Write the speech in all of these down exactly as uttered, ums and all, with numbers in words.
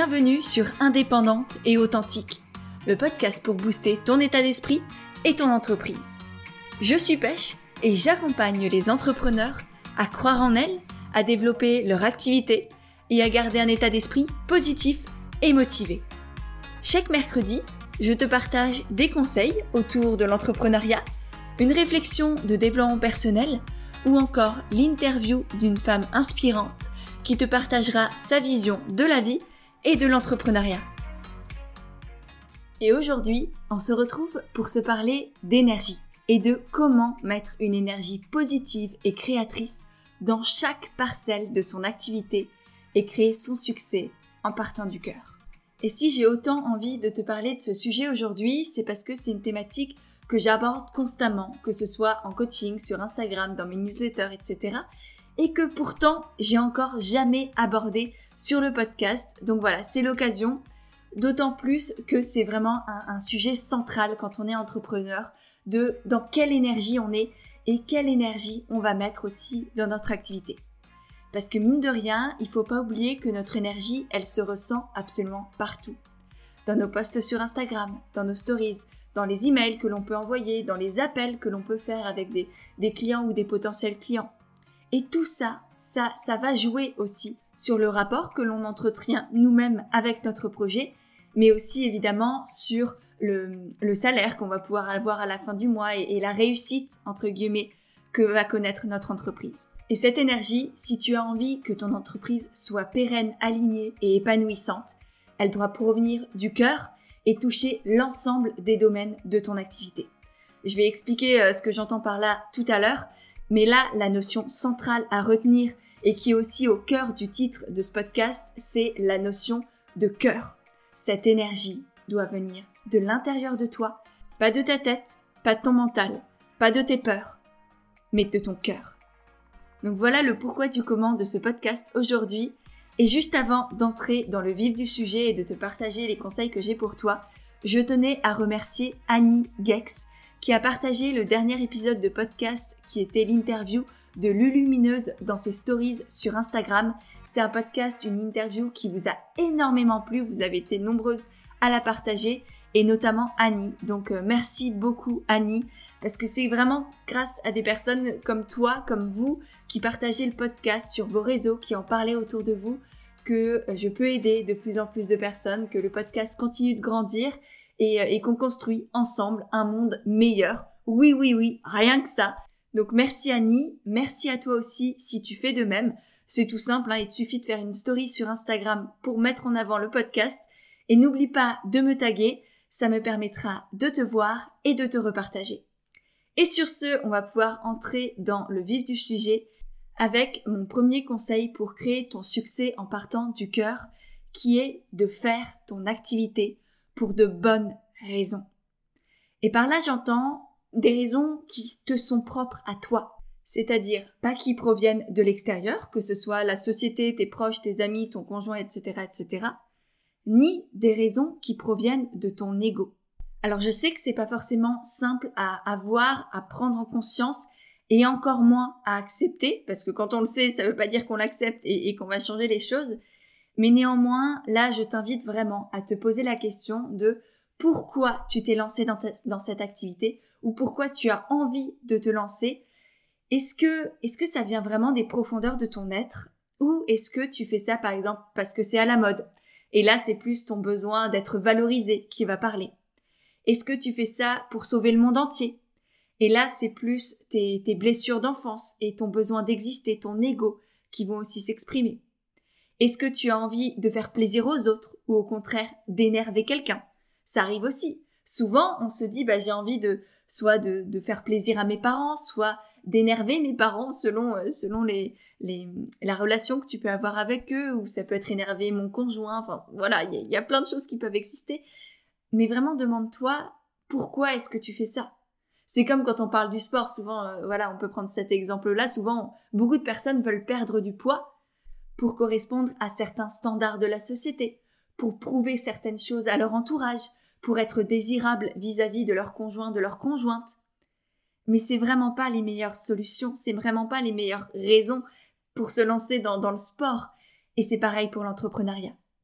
Bienvenue sur Indépendante et Authentique, le podcast pour booster ton état d'esprit et ton entreprise. Je suis Pêche et j'accompagne les entrepreneurs à croire en elles, à développer leur activité et à garder un état d'esprit positif et motivé. Chaque mercredi, je te partage des conseils autour de l'entrepreneuriat, une réflexion de développement personnel ou encore l'interview d'une femme inspirante qui te partagera sa vision de la vie et de l'entrepreneuriat. Et aujourd'hui, on se retrouve pour se parler d'énergie et de comment mettre une énergie positive et créatrice dans chaque parcelle de son activité et créer son succès en partant du cœur. Et si j'ai autant envie de te parler de ce sujet aujourd'hui, c'est parce que c'est une thématique que j'aborde constamment, que ce soit en coaching, sur Instagram, dans mes newsletters, et cetera. Et que pourtant, j'ai encore jamais abordé sur le podcast. Donc voilà, c'est l'occasion, d'autant plus que c'est vraiment un, un sujet central quand on est entrepreneur, de dans quelle énergie on est et quelle énergie on va mettre aussi dans notre activité. Parce que mine de rien, il faut pas oublier que notre énergie, elle se ressent absolument partout. Dans nos posts sur Instagram, dans nos stories, dans les emails que l'on peut envoyer, dans les appels que l'on peut faire avec des, des clients ou des potentiels clients. Et tout ça, ça, ça va jouer aussi sur le rapport que l'on entretient nous-mêmes avec notre projet, mais aussi évidemment sur le, le salaire qu'on va pouvoir avoir à la fin du mois et, et la réussite, entre guillemets, que va connaître notre entreprise. Et cette énergie, si tu as envie que ton entreprise soit pérenne, alignée et épanouissante, elle doit provenir du cœur et toucher l'ensemble des domaines de ton activité. Je vais expliquer euh, ce que j'entends par là tout à l'heure, mais là, la notion centrale à retenir et qui est aussi au cœur du titre de ce podcast, c'est la notion de cœur. Cette énergie doit venir de l'intérieur de toi, pas de ta tête, pas de ton mental, pas de tes peurs, mais de ton cœur. Donc voilà le pourquoi du comment de ce podcast aujourd'hui. Et juste avant d'entrer dans le vif du sujet et de te partager les conseils que j'ai pour toi, je tenais à remercier Annie Gex qui a partagé le dernier épisode de podcast qui était l'interview de Lulumineuse dans ses stories sur Instagram. C'est un podcast, une interview qui vous a énormément plu, vous avez été nombreuses à la partager et notamment Annie. Donc euh, merci beaucoup Annie. Parce que c'est vraiment grâce à des personnes comme toi, comme vous, qui partagez le podcast sur vos réseaux, qui en parlez autour de vous, que je peux aider de plus en plus de personnes, que le podcast continue de grandir et, et qu'on construit ensemble un monde meilleur. Oui, oui, oui, rien que ça. Donc merci Annie, merci à toi aussi si tu fais de même. C'est tout simple, hein, il te suffit de faire une story sur Instagram pour mettre en avant le podcast. Et n'oublie pas de me taguer, ça me permettra de te voir et de te repartager. Et sur ce, on va pouvoir entrer dans le vif du sujet avec mon premier conseil pour créer ton succès en partant du cœur, qui est de faire ton activité pour de bonnes raisons. Et par là, j'entends des raisons qui te sont propres à toi, c'est-à-dire pas qui proviennent de l'extérieur, que ce soit la société, tes proches, tes amis, ton conjoint, et cetera, et cetera, ni des raisons qui proviennent de ton ego. Alors je sais que c'est pas forcément simple à, à voir, à prendre en conscience et encore moins à accepter, parce que quand on le sait, ça veut pas dire qu'on l'accepte et, et qu'on va changer les choses. Mais néanmoins, là, je t'invite vraiment à te poser la question de pourquoi tu t'es lancé dans, ta, dans cette activité ou pourquoi tu as envie de te lancer. Est-ce que, est-ce que ça vient vraiment des profondeurs de ton être ou est-ce que tu fais ça par exemple parce que c'est à la mode? Et là, c'est plus ton besoin d'être valorisé qui va parler. Est-ce que tu fais ça pour sauver le monde entier? Et là, c'est plus tes, tes blessures d'enfance et ton besoin d'exister, ton ego, qui vont aussi s'exprimer. Est-ce que tu as envie de faire plaisir aux autres ou au contraire d'énerver quelqu'un? Ça arrive aussi. Souvent, on se dit, bah, j'ai envie de, soit de, de faire plaisir à mes parents, soit d'énerver mes parents selon, euh, selon les, les, la relation que tu peux avoir avec eux, ou ça peut être énerver mon conjoint. Enfin, voilà, il y, y a plein de choses qui peuvent exister. Mais vraiment, demande-toi, pourquoi est-ce que tu fais ça? C'est comme quand on parle du sport, souvent, euh, voilà, on peut prendre cet exemple-là, souvent, beaucoup de personnes veulent perdre du poids pour correspondre à certains standards de la société, pour prouver certaines choses à leur entourage, pour être désirables vis-à-vis de leur conjoint, de leur conjointe. Mais c'est vraiment pas les meilleures solutions, c'est vraiment pas les meilleures raisons pour se lancer dans, dans le sport. Et c'est pareil pour l'entrepreneuriat.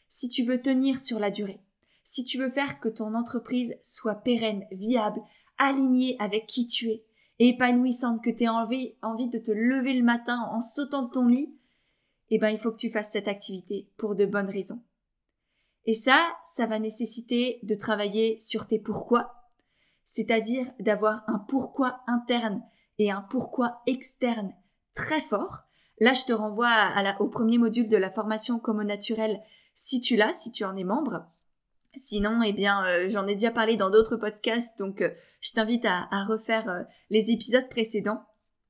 si tu veux tenir sur la durée, si tu veux faire que ton entreprise soit pérenne, viable, alignée avec qui tu es, et épanouissante, que tu aies envie, envie de te lever le matin en sautant de ton lit, eh ben, il faut que tu fasses cette activité pour de bonnes raisons. Et ça, ça va nécessiter de travailler sur tes pourquoi, c'est-à-dire d'avoir un pourquoi interne et un pourquoi externe très fort. Là, je te renvoie à la, au premier module de la formation Comme au naturel, si tu l'as, si tu en es membre. Sinon, eh bien, euh, j'en ai déjà parlé dans d'autres podcasts, donc euh, je t'invite à, à refaire euh, les épisodes précédents.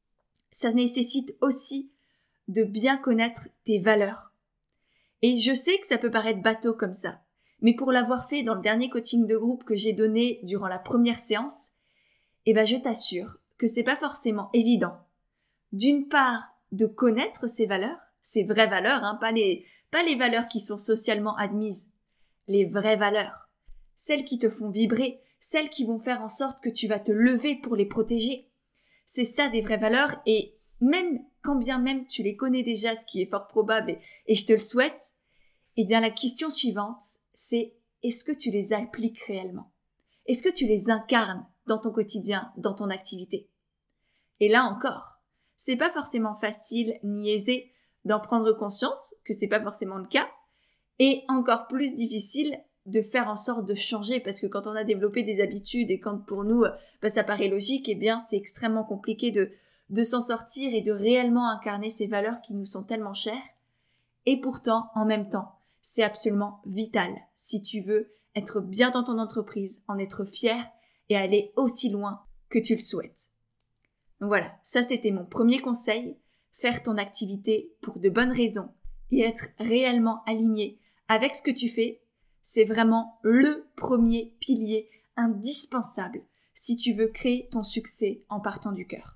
Ça nécessite aussi de bien connaître tes valeurs. Et je sais que ça peut paraître bateau comme ça, mais pour l'avoir fait dans le dernier coaching de groupe que j'ai donné durant la première séance, eh ben, je t'assure que c'est pas forcément évident. D'une part, de connaître ces valeurs, ces vraies valeurs, hein, pas les, pas les valeurs qui sont socialement admises, les vraies valeurs, celles qui te font vibrer, celles qui vont faire en sorte que tu vas te lever pour les protéger. C'est ça des vraies valeurs, et même quand bien même tu les connais déjà, ce qui est fort probable et, et je te le souhaite, eh bien la question suivante, c'est est-ce que tu les appliques réellement? Est-ce que tu les incarnes dans ton quotidien, dans ton activité? Et là encore, c'est pas forcément facile ni aisé d'en prendre conscience que c'est pas forcément le cas, et encore plus difficile de faire en sorte de changer, parce que quand on a développé des habitudes et quand pour nous bah, ça paraît logique, eh bien c'est extrêmement compliqué de, de s'en sortir et de réellement incarner ces valeurs qui nous sont tellement chères. Et pourtant, en même temps, c'est absolument vital si tu veux être bien dans ton entreprise, en être fier et aller aussi loin que tu le souhaites. Donc voilà, ça c'était mon premier conseil, faire ton activité pour de bonnes raisons et être réellement aligné avec ce que tu fais, c'est vraiment le premier pilier indispensable si tu veux créer ton succès en partant du cœur.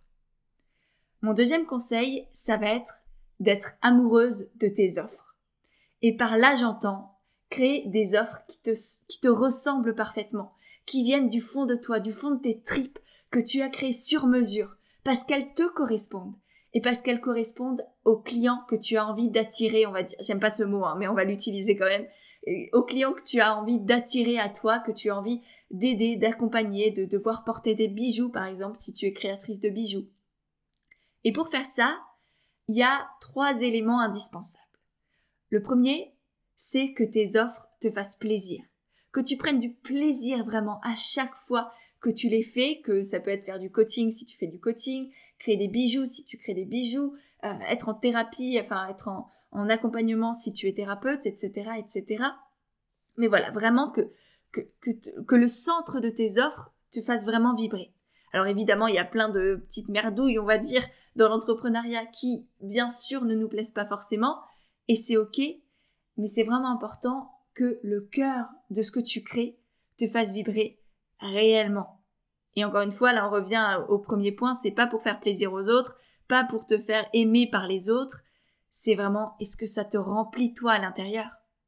Mon deuxième conseil, ça va être d'être amoureuse de tes offres. Et par là, j'entends créer des offres qui te, qui te ressemblent parfaitement, qui viennent du fond de toi, du fond de tes tripes, que tu as créées sur mesure, parce qu'elles te correspondent. Et parce qu'elles correspondent aux clients que tu as envie d'attirer, on va dire, j'aime pas ce mot, hein, mais on va l'utiliser quand même, et aux clients que tu as envie d'attirer à toi, que tu as envie d'aider, d'accompagner, de devoir porter des bijoux, par exemple, si tu es créatrice de bijoux. Et pour faire ça, il y a trois éléments indispensables. Le premier, c'est que tes offres te fassent plaisir, que tu prennes du plaisir vraiment à chaque fois que tu les fais, que ça peut être faire du coaching si tu fais du coaching, créer des bijoux si tu crées des bijoux, euh, être en thérapie, enfin être en, en accompagnement si tu es thérapeute, et cetera, et cetera. Mais voilà, vraiment que, que, que, te, que le centre de tes offres te fasse vraiment vibrer. Alors évidemment, il y a plein de petites merdouilles, on va dire, dans l'entrepreneuriat qui, bien sûr, ne nous plaisent pas forcément, et c'est ok, mais c'est vraiment important que le cœur de ce que tu crées te fasse vibrer réellement. Et encore une fois, là on revient au premier point, c'est pas pour faire plaisir aux autres, pas pour te faire aimer par les autres, c'est vraiment est-ce que ça te remplit toi à l'intérieur.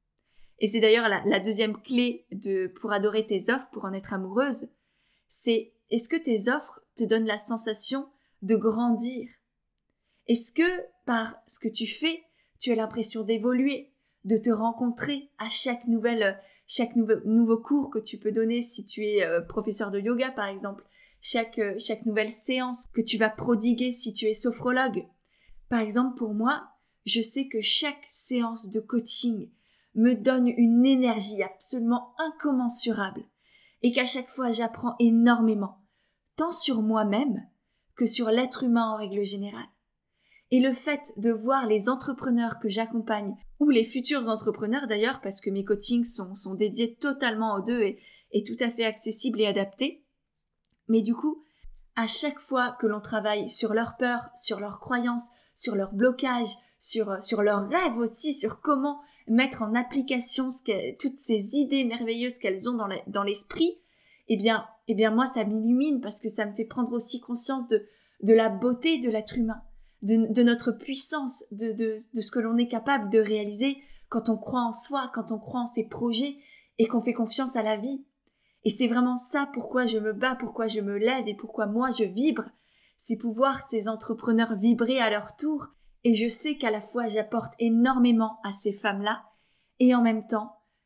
Et c'est d'ailleurs la, la deuxième clé de, pour adorer tes offres, pour en être amoureuse, c'est est-ce que tes offres te donnent la sensation de grandir? Est-ce que par ce que tu fais, tu as l'impression d'évoluer, de te rencontrer à chaque nouvelle chaque nouveau, nouveau cours que tu peux donner si tu es euh, professeur de yoga par exemple, chaque, euh, chaque nouvelle séance que tu vas prodiguer si tu es sophrologue. Par exemple, pour moi, je sais que chaque séance de coaching me donne une énergie absolument incommensurable et qu'à chaque fois j'apprends énormément, tant sur moi-même que sur l'être humain en règle générale. Et le fait de voir les entrepreneurs que j'accompagne, ou les futurs entrepreneurs d'ailleurs, parce que mes coachings sont, sont dédiés totalement aux deux et, et tout à fait accessibles et adaptés. Mais du coup, à chaque fois que l'on travaille sur leurs peurs, sur leurs croyances, sur leurs blocages, sur, sur leurs rêves aussi, sur comment mettre en application ce que, toutes ces idées merveilleuses qu'elles ont dans, la, dans l'esprit, eh bien, eh bien moi ça m'illumine parce que ça me fait prendre aussi conscience de, de la beauté de l'être humain. De, de notre puissance, de, de, de ce que l'on est capable de réaliser quand on croit en soi, quand on croit en ses projets et qu'on fait confiance à la vie. Et c'est vraiment ça pourquoi je me bats, pourquoi je me lève et pourquoi moi je vibre. C'est pour voir ces entrepreneurs vibrer à leur tour. Et je sais qu'à la fois j'apporte énormément à ces femmes-là et en même temps,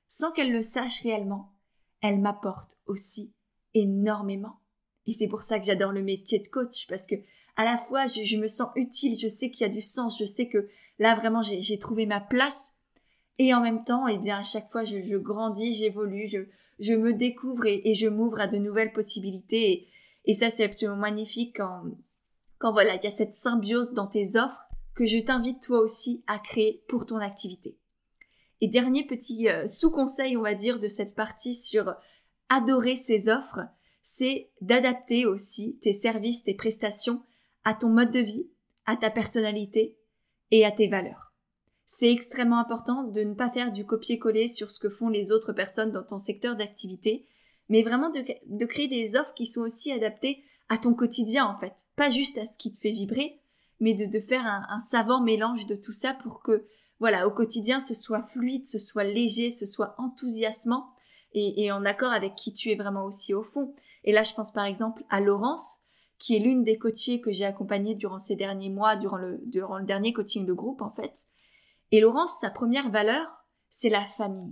sans qu'elles le sachent réellement, elles m'apportent aussi énormément. Et c'est pour ça que j'adore le métier de coach, parce que à la fois je, je me sens utile, je sais qu'il y a du sens, je sais que là vraiment j'ai, j'ai trouvé ma place, et en même temps, eh bien à chaque fois je, je grandis, j'évolue, je, je me découvre et, et je m'ouvre à de nouvelles possibilités. Et, et ça c'est absolument magnifique quand, quand voilà, il y a cette symbiose dans tes offres que je t'invite toi aussi à créer pour ton activité. Et dernier petit euh, sous-conseil, on va dire, de cette partie sur adorer ses offres, c'est d'adapter aussi tes services, tes prestations à ton mode de vie, à ta personnalité et à tes valeurs. C'est extrêmement important de ne pas faire du copier-coller sur ce que font les autres personnes dans ton secteur d'activité, mais vraiment de, de créer des offres qui sont aussi adaptées à ton quotidien en fait. Pas juste à ce qui te fait vibrer, mais de, de faire un, un savant mélange de tout ça pour que, voilà, au quotidien, ce soit fluide, ce soit léger, ce soit enthousiasmant et, et en accord avec qui tu es vraiment aussi au fond. Et là, je pense par exemple à Laurence, qui est l'une des coachées que j'ai accompagnées durant ces derniers mois, durant le, durant le dernier coaching de groupe en fait. Et Laurence, sa première valeur, c'est la famille.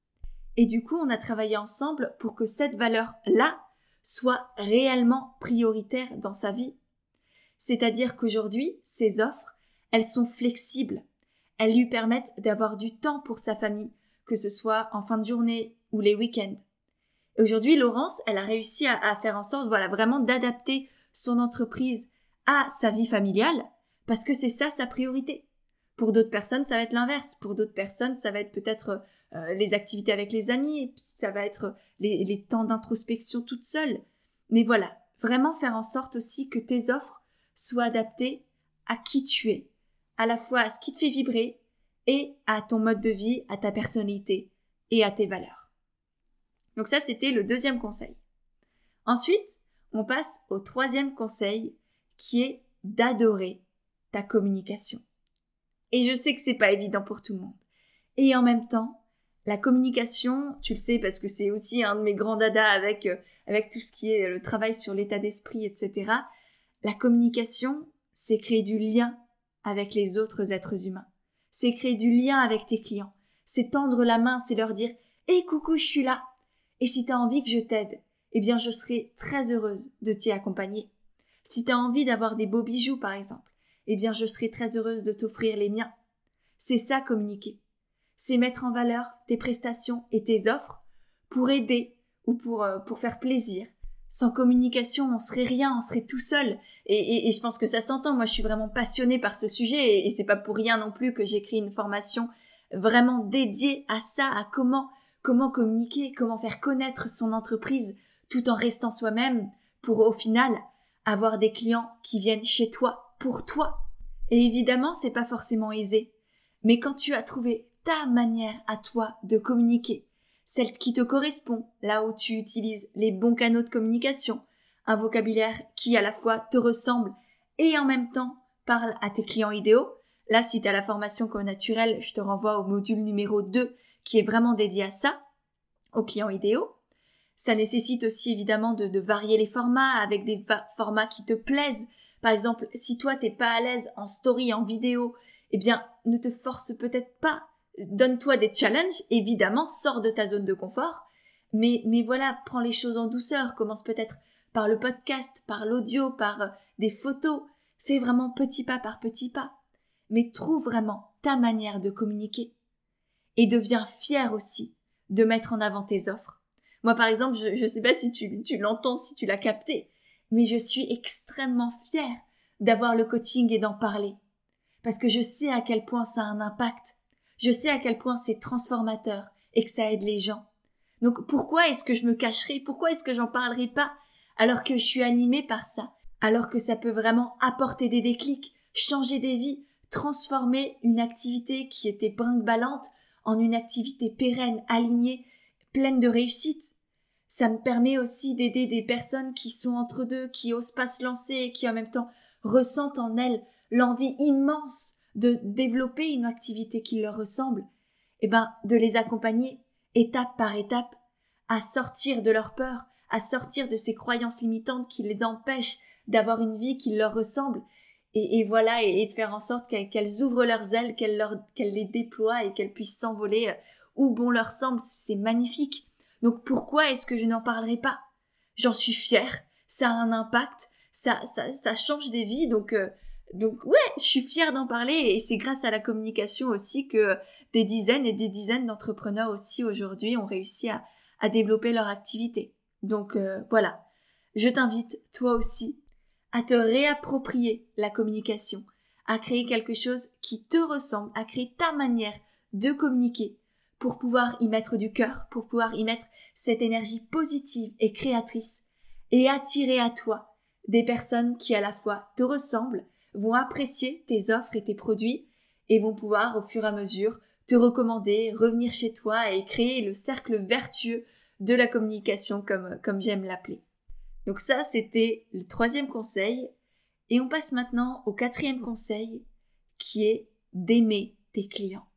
Et du coup, on a travaillé ensemble pour que cette valeur-là soit réellement prioritaire dans sa vie. C'est-à-dire qu'aujourd'hui, ces offres, elles sont flexibles. Elles lui permettent d'avoir du temps pour sa famille, que ce soit en fin de journée ou les week-ends. Et aujourd'hui, Laurence, elle a réussi à, à faire en sorte, voilà, vraiment d'adapter son entreprise à sa vie familiale, parce que c'est ça sa priorité. Pour d'autres personnes, ça va être l'inverse. Pour d'autres personnes, ça va être peut-être euh, les activités avec les amis, ça va être les, les temps d'introspection toute seule. Mais voilà, vraiment faire en sorte aussi que tes offres soient adaptées à qui tu es, à la fois à ce qui te fait vibrer et à ton mode de vie, à ta personnalité et à tes valeurs. Donc ça, c'était le deuxième conseil. Ensuite, on passe au troisième conseil qui est d'adorer ta communication. Et je sais que c'est pas évident pour tout le monde. Et en même temps, la communication, tu le sais parce que c'est aussi un de mes grands dadas avec, euh, avec tout ce qui est le travail sur l'état d'esprit, et cetera. La communication, c'est créer du lien avec les autres êtres humains. C'est créer du lien avec tes clients. C'est tendre la main, c'est leur dire « Hé, hey, coucou, je suis là. Et si tu as envie que je t'aide, eh bien je serai très heureuse de t'y accompagner. Si tu as envie d'avoir des beaux bijoux, par exemple, eh bien je serai très heureuse de t'offrir les miens. » C'est ça communiquer. C'est mettre en valeur tes prestations et tes offres pour aider ou pour, euh, pour faire plaisir. Sans communication, on serait rien, on serait tout seul. Et, et, et je pense que ça s'entend. Moi, je suis vraiment passionnée par ce sujet et, et c'est pas pour rien non plus que j'ai créé une formation vraiment dédiée à ça, à comment, comment communiquer, comment faire connaître son entreprise tout en restant soi-même pour au final avoir des clients qui viennent chez toi pour toi. Et évidemment, c'est pas forcément aisé. Mais quand tu as trouvé ta manière à toi de communiquer, celle qui te correspond, là où tu utilises les bons canaux de communication, un vocabulaire qui à la fois te ressemble et en même temps parle à tes clients idéaux. Là, si tu as la formation co-naturelle, je te renvoie au module numéro deux qui est vraiment dédié à ça, aux clients idéaux. Ça nécessite aussi évidemment de, de varier les formats avec des va- formats qui te plaisent. Par exemple, si toi t'es pas à l'aise en story, en vidéo, eh bien, ne te force peut-être pas. Donne-toi des challenges, évidemment, sors de ta zone de confort. Mais, mais voilà, prends les choses en douceur. Commence peut-être par le podcast, par l'audio, par des photos. Fais vraiment petit pas par petit pas. Mais trouve vraiment ta manière de communiquer. Et deviens fier aussi de mettre en avant tes offres. Moi, par exemple, je ne sais pas si tu, tu l'entends, si tu l'as capté, mais je suis extrêmement fière d'avoir le coaching et d'en parler. Parce que je sais à quel point ça a un impact. Je sais à quel point c'est transformateur et que ça aide les gens. Donc pourquoi est-ce que je me cacherai? Pourquoi est-ce que j'en parlerai pas alors que je suis animée par ça? Alors que ça peut vraiment apporter des déclics, changer des vies, transformer une activité qui était brinque-ballante en une activité pérenne, alignée, pleine de réussite. Ça me permet aussi d'aider des personnes qui sont entre deux, qui osent pas se lancer et qui en même temps ressentent en elles l'envie immense de développer une activité qui leur ressemble, eh ben, de les accompagner étape par étape à sortir de leur peur, à sortir de ces croyances limitantes qui les empêchent d'avoir une vie qui leur ressemble et, et voilà, et, et de faire en sorte qu'elles, qu'elles ouvrent leurs ailes, qu'elles, leur, qu'elles les déploient et qu'elles puissent s'envoler ou bon leur semble, c'est magnifique. Donc pourquoi est-ce que je n'en parlerai pas? J'en suis fière, ça a un impact, ça, ça, ça change des vies, donc, euh, donc ouais, je suis fière d'en parler et c'est grâce à la communication aussi que des dizaines et des dizaines d'entrepreneurs aussi aujourd'hui ont réussi à, à développer leur activité. Donc euh, voilà, je t'invite toi aussi à te réapproprier la communication, à créer quelque chose qui te ressemble, à créer ta manière de communiquer pour pouvoir y mettre du cœur, pour pouvoir y mettre cette énergie positive et créatrice et attirer à toi des personnes qui à la fois te ressemblent, vont apprécier tes offres et tes produits et vont pouvoir au fur et à mesure te recommander, revenir chez toi et créer le cercle vertueux de la communication comme, comme j'aime l'appeler. Donc ça, c'était le troisième conseil. Et on passe maintenant au quatrième conseil qui est d'aimer tes clients.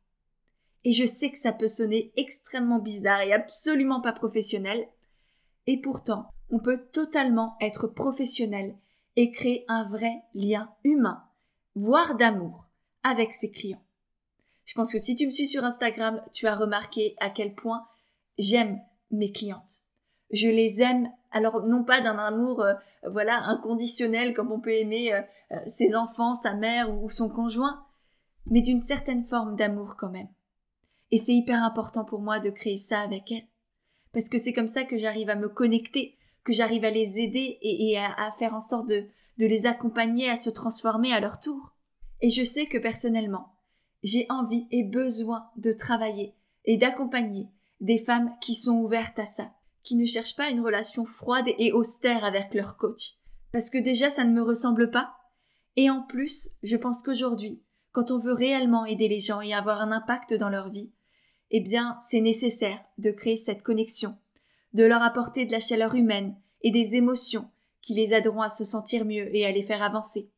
Et je sais que ça peut sonner extrêmement bizarre et absolument pas professionnel. Et pourtant, on peut totalement être professionnel et créer un vrai lien humain, voire d'amour, avec ses clients. Je pense que si tu me suis sur Instagram, tu as remarqué à quel point j'aime mes clientes. Je les aime, alors non pas d'un amour euh, voilà inconditionnel comme on peut aimer euh, euh, ses enfants, sa mère ou son conjoint, mais d'une certaine forme d'amour quand même. Et c'est hyper important pour moi de créer ça avec elles, parce que c'est comme ça que j'arrive à me connecter, que j'arrive à les aider et, et à, à faire en sorte de, de les accompagner à se transformer à leur tour. Et je sais que personnellement, j'ai envie et besoin de travailler et d'accompagner des femmes qui sont ouvertes à ça, qui ne cherchent pas une relation froide et austère avec leur coach. Parce que déjà, ça ne me ressemble pas. Et en plus, je pense qu'aujourd'hui, quand on veut réellement aider les gens et avoir un impact dans leur vie, eh bien, c'est nécessaire de créer cette connexion, de leur apporter de la chaleur humaine et des émotions qui les aideront à se sentir mieux et à les faire avancer.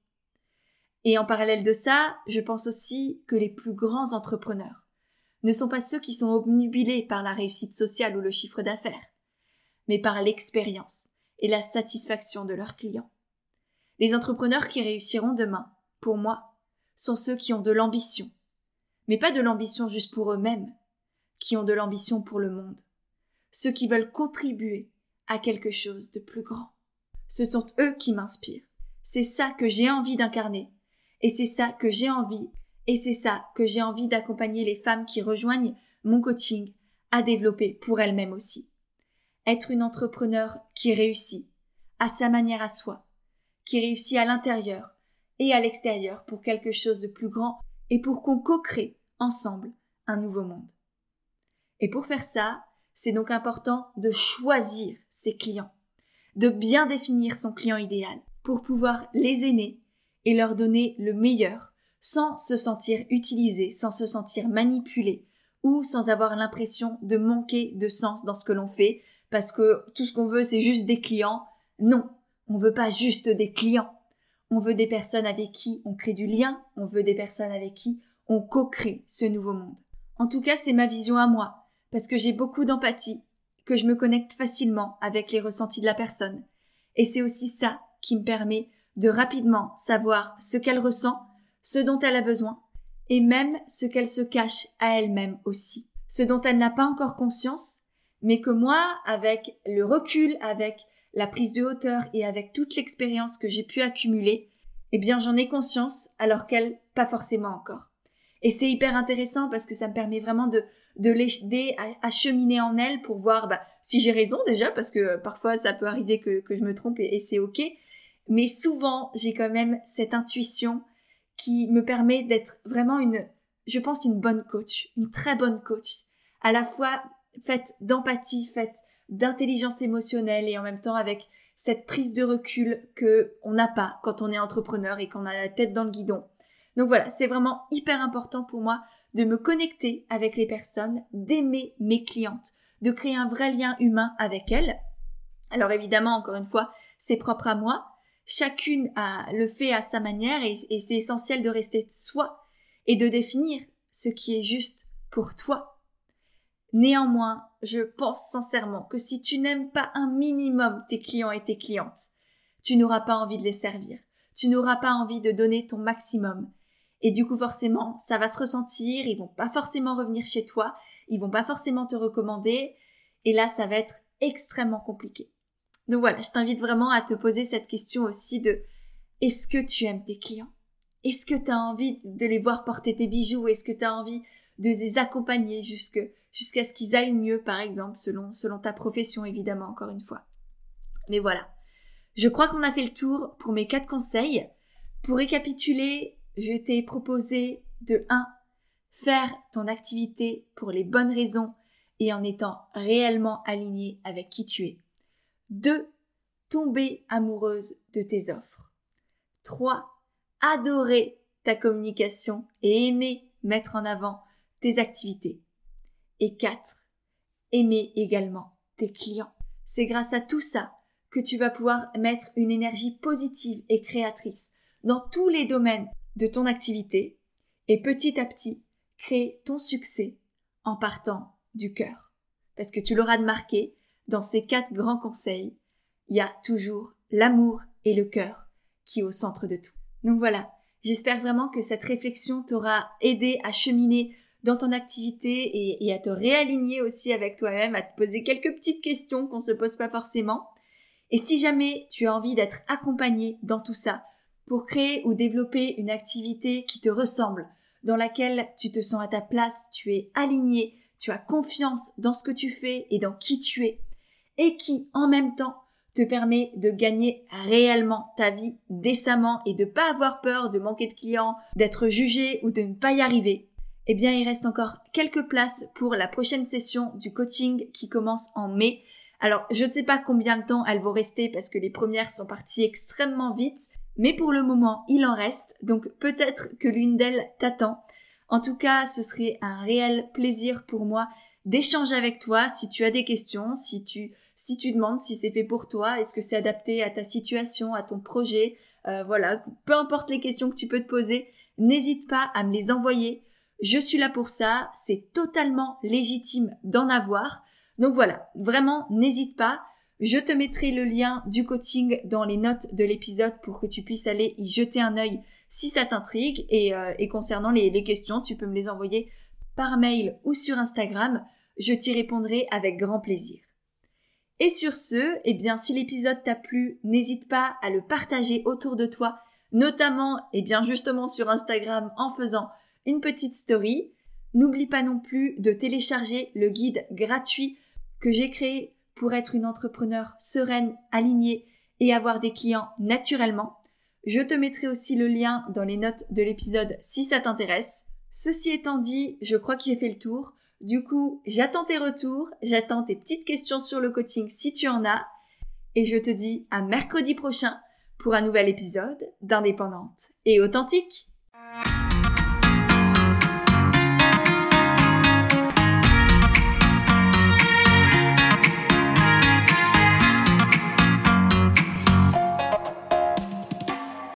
Et en parallèle de ça, je pense aussi que les plus grands entrepreneurs ne sont pas ceux qui sont obnubilés par la réussite sociale ou le chiffre d'affaires, mais par l'expérience et la satisfaction de leurs clients. Les entrepreneurs qui réussiront demain, pour moi, sont ceux qui ont de l'ambition, mais pas de l'ambition juste pour eux-mêmes, qui ont de l'ambition pour le monde, ceux qui veulent contribuer à quelque chose de plus grand. Ce sont eux qui m'inspirent. C'est ça que j'ai envie d'incarner, et c'est ça que j'ai envie, et c'est ça que j'ai envie d'accompagner les femmes qui rejoignent mon coaching à développer pour elles-mêmes aussi. Être une entrepreneur qui réussit, à sa manière à soi, qui réussit à l'intérieur et à l'extérieur pour quelque chose de plus grand et pour qu'on co-crée ensemble un nouveau monde. Et pour faire ça, c'est donc important de choisir ses clients, de bien définir son client idéal pour pouvoir les aimer et leur donner le meilleur sans se sentir utilisé, sans se sentir manipulé ou sans avoir l'impression de manquer de sens dans ce que l'on fait parce que tout ce qu'on veut c'est juste des clients. Non, on veut pas juste des clients. On veut des personnes avec qui on crée du lien, on veut des personnes avec qui on co-crée ce nouveau monde. En tout cas, c'est ma vision à moi, parce que j'ai beaucoup d'empathie, que je me connecte facilement avec les ressentis de la personne. Et c'est aussi ça qui me permet de rapidement savoir ce qu'elle ressent, ce dont elle a besoin, et même ce qu'elle se cache à elle-même aussi. Ce dont elle n'a pas encore conscience, mais que moi, avec le recul, avec la prise de hauteur et avec toute l'expérience que j'ai pu accumuler, eh bien j'en ai conscience alors qu'elle, pas forcément encore. Et c'est hyper intéressant parce que ça me permet vraiment de, de l'aider à, à cheminer en elle pour voir bah, si j'ai raison déjà, parce que parfois ça peut arriver que, que je me trompe et, et c'est ok. Mais souvent, j'ai quand même cette intuition qui me permet d'être vraiment une, je pense, une bonne coach, une très bonne coach. À la fois faite d'empathie, faite d'intelligence émotionnelle et en même temps avec cette prise de recul que on n'a pas quand on est entrepreneur et qu'on a la tête dans le guidon. Donc voilà, c'est vraiment hyper important pour moi de me connecter avec les personnes, d'aimer mes clientes, de créer un vrai lien humain avec elles. Alors évidemment, encore une fois, c'est propre à moi. Chacune a, le fait à sa manière et, et c'est essentiel de rester soi et de définir ce qui est juste pour toi. Néanmoins, je pense sincèrement que si tu n'aimes pas un minimum tes clients et tes clientes, tu n'auras pas envie de les servir. Tu n'auras pas envie de donner ton maximum. Et du coup, forcément, ça va se ressentir, ils vont pas forcément revenir chez toi, ils vont pas forcément te recommander. Et là, ça va être extrêmement compliqué. Donc voilà, je t'invite vraiment à te poser cette question aussi de est-ce que tu aimes tes clients? Est-ce que tu as envie de les voir porter tes bijoux? Est-ce que tu as envie de les accompagner jusque, jusqu'à ce qu'ils aillent mieux, par exemple, selon, selon ta profession, évidemment, encore une fois. Mais voilà. Je crois qu'on a fait le tour pour mes quatre conseils. Pour récapituler, je t'ai proposé de un faire ton activité pour les bonnes raisons et en étant réellement aligné avec qui tu es. deux Tomber amoureuse de tes offres. trois Adorer ta communication et aimer mettre en avant tes activités. Et quatre Aimer également tes clients. C'est grâce à tout ça que tu vas pouvoir mettre une énergie positive et créatrice dans tous les domaines de ton activité et petit à petit créer ton succès en partant du cœur. Parce que tu l'auras remarqué, dans ces quatre grands conseils, il y a toujours l'amour et le cœur qui est au centre de tout. Donc voilà, j'espère vraiment que cette réflexion t'aura aidé à cheminer dans ton activité et, et à te réaligner aussi avec toi-même, à te poser quelques petites questions qu'on se pose pas forcément. Et si jamais tu as envie d'être accompagné dans tout ça, pour créer ou développer une activité qui te ressemble, dans laquelle tu te sens à ta place, tu es aligné, tu as confiance dans ce que tu fais et dans qui tu es, et qui, en même temps, te permet de gagner réellement ta vie décemment et de pas avoir peur de manquer de clients, d'être jugé ou de ne pas y arriver, eh bien, il reste encore quelques places pour la prochaine session du coaching qui commence en mai. Alors, je ne sais pas combien de temps elles vont rester parce que les premières sont parties extrêmement vite, mais pour le moment, il en reste, donc peut-être que l'une d'elles t'attend. En tout cas, ce serait un réel plaisir pour moi d'échanger avec toi si tu as des questions, si tu si tu demandes si c'est fait pour toi, est-ce que c'est adapté à ta situation, à ton projet, euh, voilà, peu importe les questions que tu peux te poser, n'hésite pas à me les envoyer. Je suis là pour ça, c'est totalement légitime d'en avoir. Donc voilà, vraiment, n'hésite pas. Je te mettrai le lien du coaching dans les notes de l'épisode pour que tu puisses aller y jeter un œil si ça t'intrigue. Et, euh, et concernant les, les questions, tu peux me les envoyer par mail ou sur Instagram. Je t'y répondrai avec grand plaisir. Et sur ce, eh bien, si l'épisode t'a plu, n'hésite pas à le partager autour de toi, notamment, eh bien, justement sur Instagram en faisant une petite story. N'oublie pas non plus de télécharger le guide gratuit que j'ai créé pour être une entrepreneur sereine, alignée et avoir des clients naturellement. Je te mettrai aussi le lien dans les notes de l'épisode si ça t'intéresse. Ceci étant dit, je crois que j'ai fait le tour. Du coup, j'attends tes retours, j'attends tes petites questions sur le coaching si tu en as. Et je te dis à mercredi prochain pour un nouvel épisode d'Indépendante et Authentique.